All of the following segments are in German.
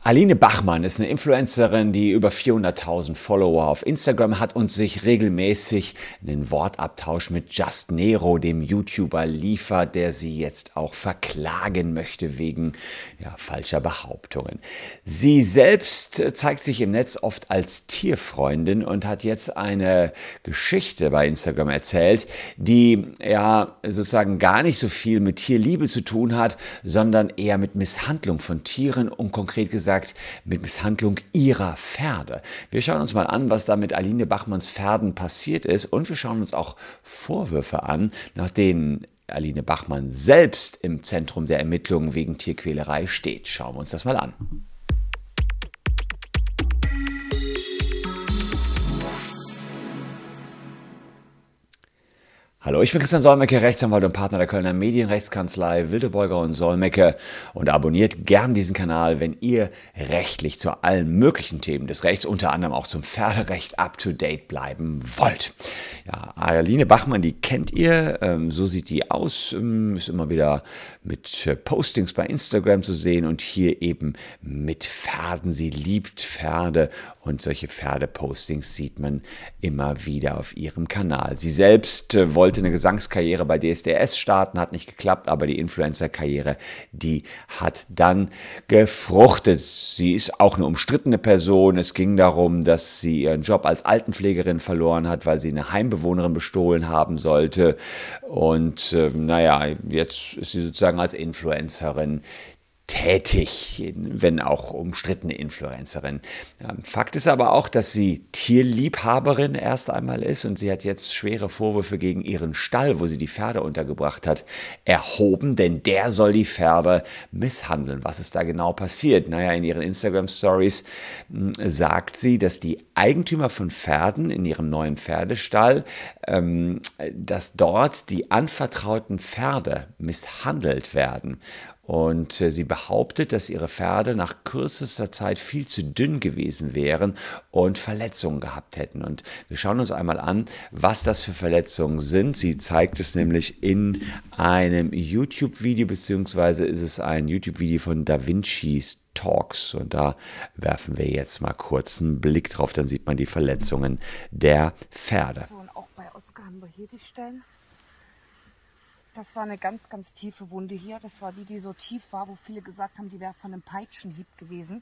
Aline Bachmann ist eine Influencerin, die über 400.000 Follower auf Instagram hat und sich regelmäßig einen Wortabtausch mit Just Nero, dem YouTuber, liefert, der sie jetzt auch verklagen möchte wegen falscher Behauptungen. Sie selbst zeigt sich im Netz oft als Tierfreundin und hat jetzt eine Geschichte bei Instagram erzählt, die sozusagen gar nicht so viel mit Tierliebe zu tun hat, sondern eher mit Misshandlung von Tieren und konkret gesagt mit Misshandlung ihrer Pferde. Wir schauen uns mal an, was da mit Aline Bachmanns Pferden passiert ist, und wir schauen uns auch Vorwürfe an, nach denen Aline Bachmann selbst im Zentrum der Ermittlungen wegen Tierquälerei steht. Schauen wir uns das mal an. Hallo, ich bin Christian Solmecke, Rechtsanwalt und Partner der Kölner Medienrechtskanzlei Wildeborger und Solmecke, und abonniert gern diesen Kanal, wenn ihr rechtlich zu allen möglichen Themen des Rechts, unter anderem auch zum Pferderecht, up to date bleiben wollt. Ja, Aline Bachmann, die kennt ihr, so sieht die aus, ist immer wieder mit Postings bei Instagram zu sehen und hier eben mit Pferden. Sie liebt Pferde und solche Pferdepostings sieht man immer wieder auf ihrem Kanal. Sie selbst wollte eine Gesangskarriere bei DSDS starten, hat nicht geklappt, aber die Influencer-Karriere, die hat dann gefruchtet. Sie ist auch eine umstrittene Person. Es ging darum, dass sie ihren Job als Altenpflegerin verloren hat, weil sie eine Heimbewohnerin bestohlen haben sollte. Und jetzt ist sie sozusagen als Influencerin tätig, wenn auch umstrittene Influencerin. Fakt ist aber auch, dass sie Tierliebhaberin erst einmal ist, und sie hat jetzt schwere Vorwürfe gegen ihren Stall, wo sie die Pferde untergebracht hat, erhoben, denn der soll die Pferde misshandeln. Was ist da genau passiert? In ihren Instagram-Stories sagt sie, dass die Eigentümer von Pferden in ihrem neuen Pferdestall, dass dort die anvertrauten Pferde misshandelt werden. Und sie behauptet, dass ihre Pferde nach kürzester Zeit viel zu dünn gewesen wären und Verletzungen gehabt hätten. Und wir schauen uns einmal an, was das für Verletzungen sind. Sie zeigt es nämlich in einem YouTube-Video, beziehungsweise ist es ein YouTube-Video von Da Vinci's Talks. Und da werfen wir jetzt mal kurz einen Blick drauf, dann sieht man die Verletzungen der Pferde. So, und auch bei Oskar haben wir hier die Stellen. Das war eine ganz, ganz tiefe Wunde hier. Das war die so tief war, wo viele gesagt haben, die wäre von einem Peitschenhieb gewesen.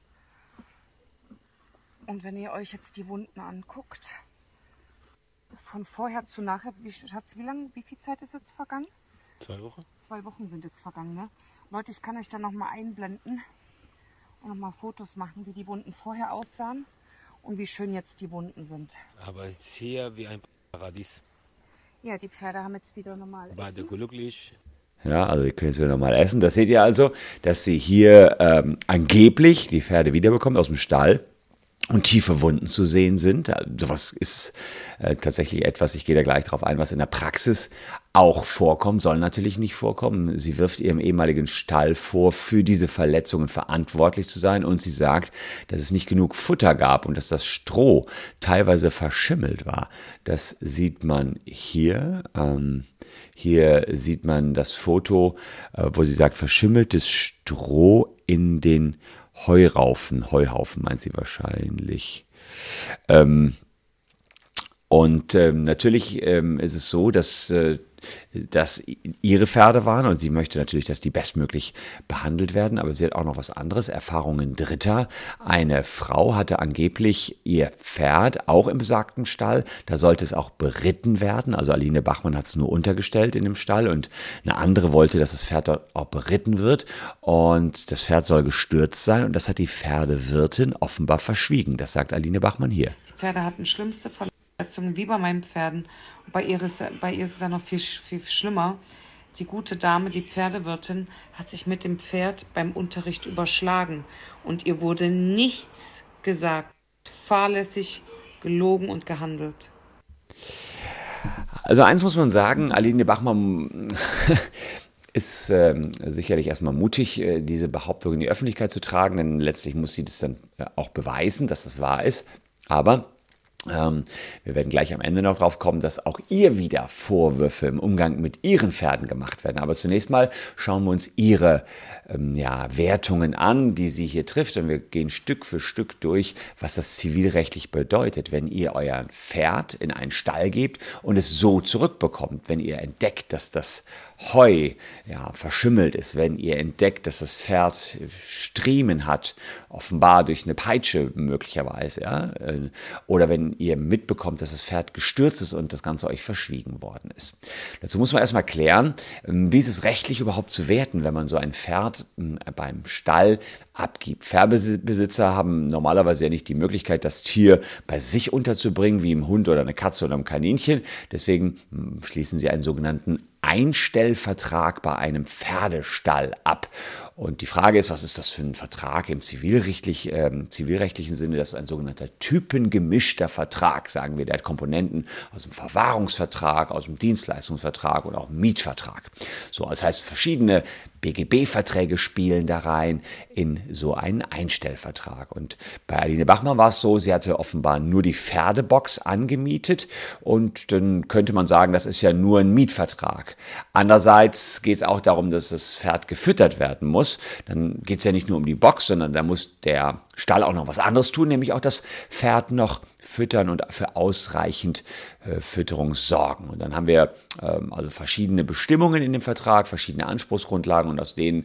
Und wenn ihr euch jetzt die Wunden anguckt, von vorher zu nachher, wie viel Zeit ist jetzt vergangen? 2 Wochen. 2 Wochen sind jetzt vergangen, ne? Leute, ich kann euch da nochmal einblenden und nochmal Fotos machen, wie die Wunden vorher aussahen und wie schön jetzt die Wunden sind. Aber es ist hier wie ein Paradies. Ja, die Pferde haben jetzt wieder normal essen. Beide glücklich. Ja, also die können jetzt wieder normal essen. Das seht ihr also, dass sie hier angeblich die Pferde wiederbekommt aus dem Stall und tiefe Wunden zu sehen sind. Sowas ist tatsächlich etwas, ich gehe da gleich drauf ein, was in der Praxis auch vorkommt, soll natürlich nicht vorkommen. Sie wirft ihrem ehemaligen Stall vor, für diese Verletzungen verantwortlich zu sein, und sie sagt, dass es nicht genug Futter gab und dass das Stroh teilweise verschimmelt war. Das sieht man hier. Hier sieht man das Foto, wo sie sagt, verschimmeltes Stroh in den Heuhaufen meint sie wahrscheinlich. Natürlich ist es so, dass ihre Pferde waren, und sie möchte natürlich, dass die bestmöglich behandelt werden, aber sie hat auch noch was anderes, Erfahrungen Dritter. Eine Frau hatte angeblich ihr Pferd auch im besagten Stall, da sollte es auch beritten werden, also Aline Bachmann hat es nur untergestellt in dem Stall, und eine andere wollte, dass das Pferd dort auch beritten wird, und das Pferd soll gestürzt sein, und das hat die Pferdewirtin offenbar verschwiegen. Das sagt Aline Bachmann hier. Die Pferde hatten schlimmste Verletzungen wie bei meinen Pferden. Bei ihr ist es ja noch viel schlimmer. Die gute Dame, die Pferdewirtin, hat sich mit dem Pferd beim Unterricht überschlagen. Und ihr wurde nichts gesagt. Fahrlässig, gelogen und gehandelt. Also eins muss man sagen, Aline Bachmann ist sicherlich erstmal mutig, diese Behauptung in die Öffentlichkeit zu tragen, denn letztlich muss sie das dann auch beweisen, dass das wahr ist. Aber Wir werden gleich am Ende noch drauf kommen, dass auch ihr wieder Vorwürfe im Umgang mit ihren Pferden gemacht werden. Aber zunächst mal schauen wir uns ihre Wertungen an, die sie hier trifft. Und wir gehen Stück für Stück durch, was das zivilrechtlich bedeutet, wenn ihr euer Pferd in einen Stall gebt und es so zurückbekommt. Wenn ihr entdeckt, dass das Heu verschimmelt ist, wenn ihr entdeckt, dass das Pferd Striemen hat, offenbar durch eine Peitsche möglicherweise, oder wenn ihr mitbekommt, dass das Pferd gestürzt ist und das Ganze euch verschwiegen worden ist. Dazu muss man erstmal klären, wie ist es rechtlich überhaupt zu werten, wenn man so ein Pferd beim Stall abgibt. Pferdebesitzer haben normalerweise ja nicht die Möglichkeit, das Tier bei sich unterzubringen, wie ein Hund oder eine Katze oder ein Kaninchen. Deswegen schließen sie einen sogenannten Einstellvertrag bei einem Pferdestall ab. Und die Frage ist, was ist das für ein Vertrag im zivilrechtlichen Sinne? Das ist ein sogenannter typengemischter Vertrag, sagen wir. Der hat Komponenten aus dem Verwahrungsvertrag, aus dem Dienstleistungsvertrag oder auch dem Mietvertrag. So, das heißt, verschiedene BGB-Verträge spielen da rein in so einen Einstellvertrag. Und bei Aline Bachmann war es so, sie hatte offenbar nur die Pferdebox angemietet und dann könnte man sagen, das ist ja nur ein Mietvertrag. Andererseits geht es auch darum, dass das Pferd gefüttert werden muss. Dann geht es ja nicht nur um die Box, sondern da muss der Stall auch noch was anderes tun, nämlich auch das Pferd noch füttern und für ausreichend Fütterung sorgen. Und dann haben wir also verschiedene Bestimmungen in dem Vertrag, verschiedene Anspruchsgrundlagen und aus denen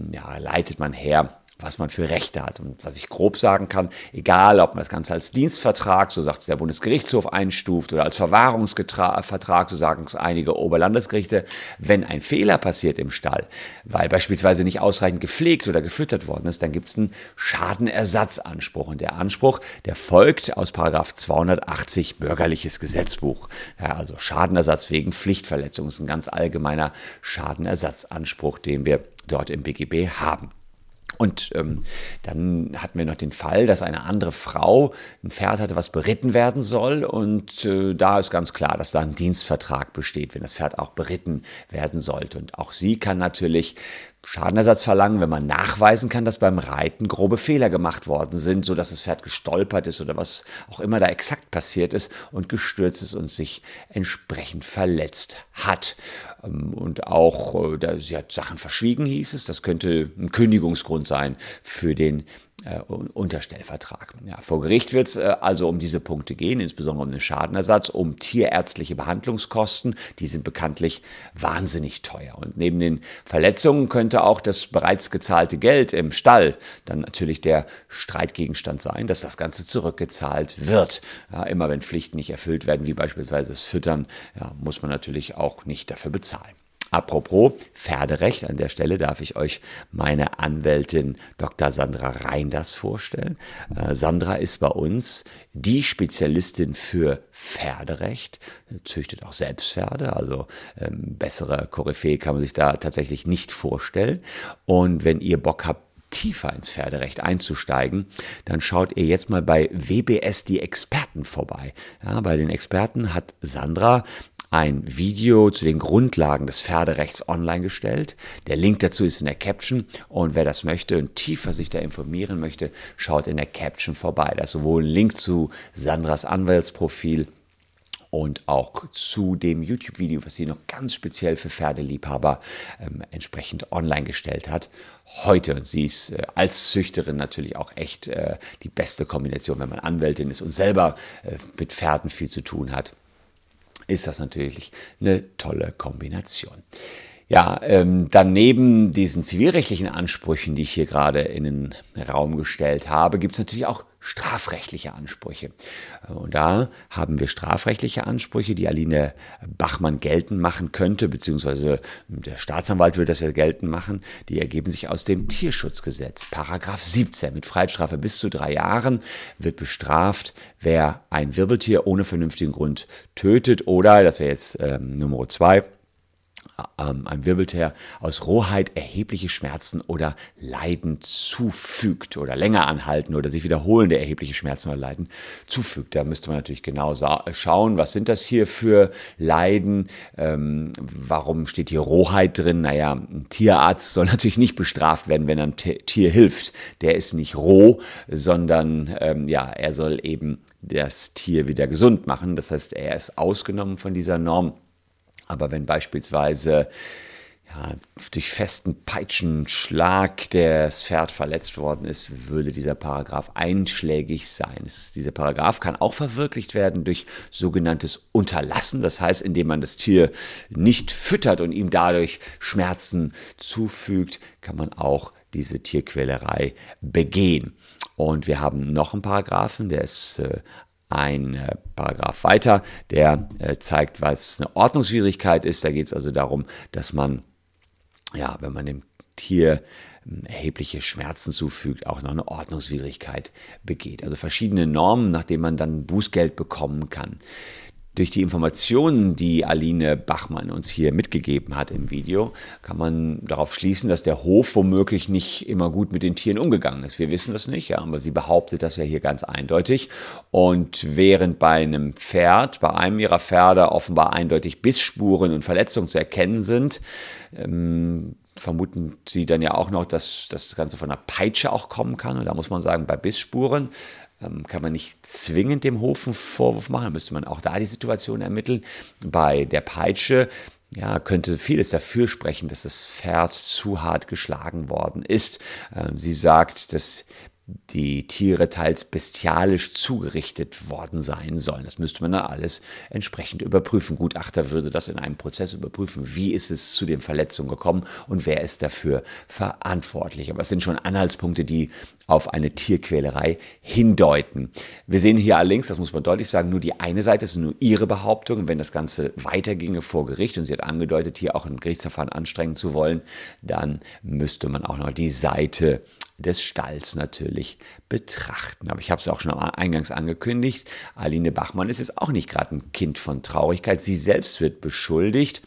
leitet man her, was man für Rechte hat. Und was ich grob sagen kann, egal ob man das Ganze als Dienstvertrag, so sagt es der Bundesgerichtshof, einstuft oder als Verwahrungsvertrag, so sagen es einige Oberlandesgerichte, wenn ein Fehler passiert im Stall, weil beispielsweise nicht ausreichend gepflegt oder gefüttert worden ist, dann gibt es einen Schadenersatzanspruch. Und der Anspruch, der folgt aus § 280 Bürgerliches Gesetzbuch. Ja, also Schadenersatz wegen Pflichtverletzung ist ein ganz allgemeiner Schadenersatzanspruch, den wir dort im BGB haben. Und dann hatten wir noch den Fall, dass eine andere Frau ein Pferd hatte, was beritten werden soll. Und da ist ganz klar, dass da ein Dienstvertrag besteht, wenn das Pferd auch beritten werden sollte. Und auch sie kann natürlich Schadenersatz verlangen, wenn man nachweisen kann, dass beim Reiten grobe Fehler gemacht worden sind, sodass das Pferd gestolpert ist oder was auch immer da exakt passiert ist und gestürzt ist und sich entsprechend verletzt hat. Und auch, sie hat Sachen verschwiegen, hieß es, das könnte ein Kündigungsgrund sein für den Unterstellvertrag. Ja, vor Gericht wird es also um diese Punkte gehen, insbesondere um den Schadenersatz, um tierärztliche Behandlungskosten, die sind bekanntlich wahnsinnig teuer. Und neben den Verletzungen könnte auch das bereits gezahlte Geld im Stall dann natürlich der Streitgegenstand sein, dass das Ganze zurückgezahlt wird. Ja, immer wenn Pflichten nicht erfüllt werden, wie beispielsweise das Füttern, muss man natürlich auch nicht dafür bezahlen. Apropos Pferderecht, an der Stelle darf ich euch meine Anwältin Dr. Sandra Reinders vorstellen. Sandra ist bei uns die Spezialistin für Pferderecht, züchtet auch selbst Pferde, also bessere Koryphäe kann man sich da tatsächlich nicht vorstellen. Und wenn ihr Bock habt, tiefer ins Pferderecht einzusteigen, dann schaut ihr jetzt mal bei WBS die Experten vorbei. Ja, bei den Experten hat Sandra ein Video zu den Grundlagen des Pferderechts online gestellt. Der Link dazu ist in der Caption und wer das möchte und tiefer sich da informieren möchte, schaut in der Caption vorbei. Da ist sowohl ein Link zu Sandras Anwaltsprofil und auch zu dem YouTube-Video, was sie noch ganz speziell für Pferdeliebhaber entsprechend online gestellt hat. Heute, und sie ist als Züchterin natürlich auch echt die beste Kombination, wenn man Anwältin ist und selber mit Pferden viel zu tun hat, ist das natürlich eine tolle Kombination. Ja, daneben diesen zivilrechtlichen Ansprüchen, die ich hier gerade in den Raum gestellt habe, gibt es natürlich auch strafrechtliche Ansprüche. Und da haben wir strafrechtliche Ansprüche, die Aline Bachmann geltend machen könnte, beziehungsweise der Staatsanwalt will das ja geltend machen. Die ergeben sich aus dem Tierschutzgesetz. Paragraph 17 mit Freiheitsstrafe bis zu 3 Jahren wird bestraft, wer ein Wirbeltier ohne vernünftigen Grund tötet oder, das wäre jetzt Nummer 2, ein Wirbeltier aus Rohheit erhebliche Schmerzen oder Leiden zufügt oder länger anhalten oder sich wiederholende erhebliche Schmerzen oder Leiden zufügt. Da müsste man natürlich genau schauen, was sind das hier für Leiden, warum steht hier Rohheit drin? Naja, ein Tierarzt soll natürlich nicht bestraft werden, wenn er einem Tier hilft. Der ist nicht roh, sondern er soll eben das Tier wieder gesund machen. Das heißt, er ist ausgenommen von dieser Norm. Aber wenn beispielsweise durch festen Peitschenschlag das Pferd verletzt worden ist, würde dieser Paragraph einschlägig sein. Dieser Paragraph kann auch verwirklicht werden durch sogenanntes Unterlassen. Das heißt, indem man das Tier nicht füttert und ihm dadurch Schmerzen zufügt, kann man auch diese Tierquälerei begehen. Und wir haben noch einen Paragraphen, der ist ein Paragraph weiter, der zeigt, was eine Ordnungswidrigkeit ist. Da geht es also darum, dass man, wenn man dem Tier erhebliche Schmerzen zufügt, auch noch eine Ordnungswidrigkeit begeht. Also verschiedene Normen, nach denen man dann Bußgeld bekommen kann. Durch die Informationen, die Aline Bachmann uns hier mitgegeben hat im Video, kann man darauf schließen, dass der Hof womöglich nicht immer gut mit den Tieren umgegangen ist. Wir wissen das nicht, aber sie behauptet das ja hier ganz eindeutig. Und während bei einem ihrer Pferde offenbar eindeutig Bissspuren und Verletzungen zu erkennen sind, vermuten sie dann ja auch noch, dass das Ganze von einer Peitsche auch kommen kann. Und da muss man sagen, bei Bissspuren kann man nicht zwingend dem Hof einen Vorwurf machen, da müsste man auch da die Situation ermitteln. Bei der Peitsche könnte vieles dafür sprechen, dass das Pferd zu hart geschlagen worden ist. Sie sagt, dass die Tiere teils bestialisch zugerichtet worden sein sollen. Das müsste man dann alles entsprechend überprüfen. Gutachter würde das in einem Prozess überprüfen, wie ist es zu den Verletzungen gekommen und wer ist dafür verantwortlich. Aber es sind schon Anhaltspunkte, die auf eine Tierquälerei hindeuten. Wir sehen hier allerdings, das muss man deutlich sagen, nur die eine Seite, das ist nur ihre Behauptung. Und wenn das Ganze weiterginge vor Gericht und sie hat angedeutet, hier auch ein Gerichtsverfahren anstrengen zu wollen, dann müsste man auch noch die Seite des Stalls natürlich betrachten. Aber ich habe es auch schon eingangs angekündigt, Aline Bachmann ist jetzt auch nicht gerade ein Kind von Traurigkeit. Sie selbst wird beschuldigt,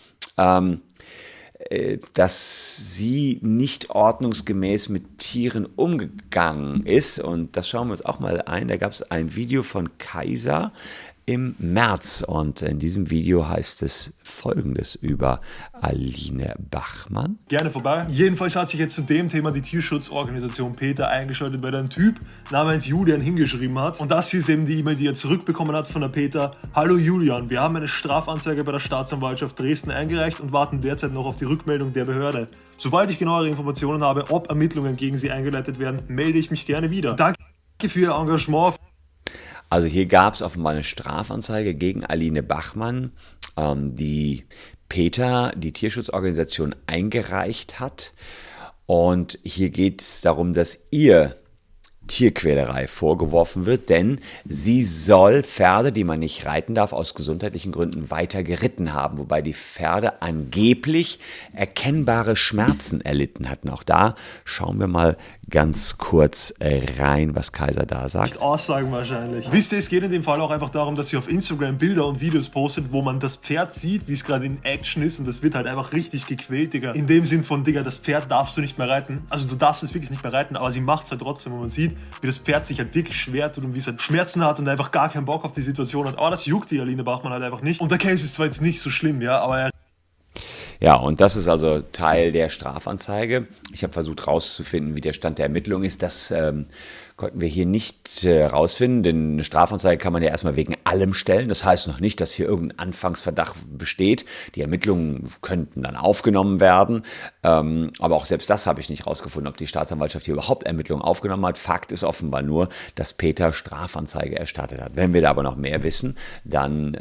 dass sie nicht ordnungsgemäß mit Tieren umgegangen ist. Und das schauen wir uns auch mal ein. Da gab es ein Video von Kaiser im März. Und in diesem Video heißt es Folgendes über Aline Bachmann. Gerne vorbei. Jedenfalls hat sich jetzt zu dem Thema die Tierschutzorganisation PETA eingeschaltet, weil da ein Typ namens Julian hingeschrieben hat. Und das hier ist eben die E-Mail, die er zurückbekommen hat von der PETA. Hallo Julian, wir haben eine Strafanzeige bei der Staatsanwaltschaft Dresden eingereicht und warten derzeit noch auf die Rückmeldung der Behörde. Sobald ich genauere Informationen habe, ob Ermittlungen gegen sie eingeleitet werden, melde ich mich gerne wieder. Danke für Ihr Engagement. Also hier gab es offenbar eine Strafanzeige gegen Aline Bachmann, die PETA, die Tierschutzorganisation, eingereicht hat. Und hier geht es darum, dass ihr Tierquälerei vorgeworfen wird, denn sie soll Pferde, die man nicht reiten darf, aus gesundheitlichen Gründen weiter geritten haben, wobei die Pferde angeblich erkennbare Schmerzen erlitten hatten. Auch da schauen wir mal ganz kurz rein, was Kaiser da sagt. Nicht Aussagen wahrscheinlich. Wisst ihr, es geht in dem Fall auch einfach darum, dass sie auf Instagram Bilder und Videos postet, wo man das Pferd sieht, wie es gerade in Action ist, und das wird halt einfach richtig gequält, Digga. In dem Sinn von, Digga, das Pferd darfst du nicht mehr reiten. Also du darfst es wirklich nicht mehr reiten, aber sie macht es halt trotzdem, wo man sieht, wie das Pferd sich halt wirklich schwer tut und wie es halt Schmerzen hat und einfach gar keinen Bock auf die Situation hat. Aber das juckt die Aline Bachmann halt einfach nicht. Und der Case ist zwar jetzt nicht so schlimm, ja, aber ja, und das ist also Teil der Strafanzeige. Ich habe versucht herauszufinden, wie der Stand der Ermittlung ist. Das konnten wir hier nicht rausfinden, denn eine Strafanzeige kann man ja erstmal wegen allem stellen. Das heißt noch nicht, dass hier irgendein Anfangsverdacht besteht. Die Ermittlungen könnten dann aufgenommen werden. Aber auch selbst das habe ich nicht rausgefunden, ob die Staatsanwaltschaft hier überhaupt Ermittlungen aufgenommen hat. Fakt ist offenbar nur, dass PETA Strafanzeige erstattet hat. Wenn wir da aber noch mehr wissen, dann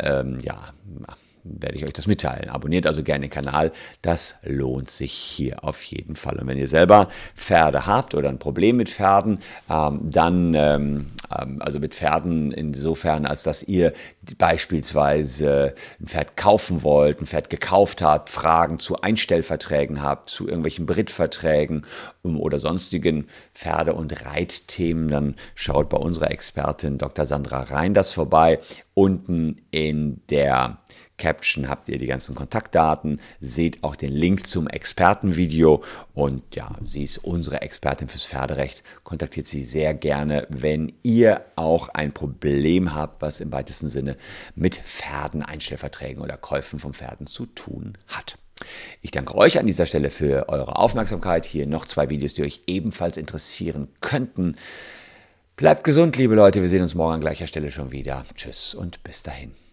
werde ich euch das mitteilen. Abonniert also gerne den Kanal, das lohnt sich hier auf jeden Fall. Und wenn ihr selber Pferde habt oder ein Problem mit Pferden, also mit Pferden insofern, als dass ihr beispielsweise ein Pferd kaufen wollt, ein Pferd gekauft habt, Fragen zu Einstellverträgen habt, zu irgendwelchen Brittverträgen oder sonstigen Pferde- und Reitthemen, dann schaut bei unserer Expertin Dr. Sandra Reinders vorbei. Unten in der Caption habt ihr die ganzen Kontaktdaten, seht auch den Link zum Expertenvideo und ja, sie ist unsere Expertin fürs Pferderecht. Kontaktiert sie sehr gerne, wenn ihr auch ein Problem habt, was im weitesten Sinne mit Pferden, Einstellverträgen oder Käufen von Pferden zu tun hat. Ich danke euch an dieser Stelle für eure Aufmerksamkeit. Hier noch 2 Videos, die euch ebenfalls interessieren könnten. Bleibt gesund, liebe Leute. Wir sehen uns morgen an gleicher Stelle schon wieder. Tschüss und bis dahin.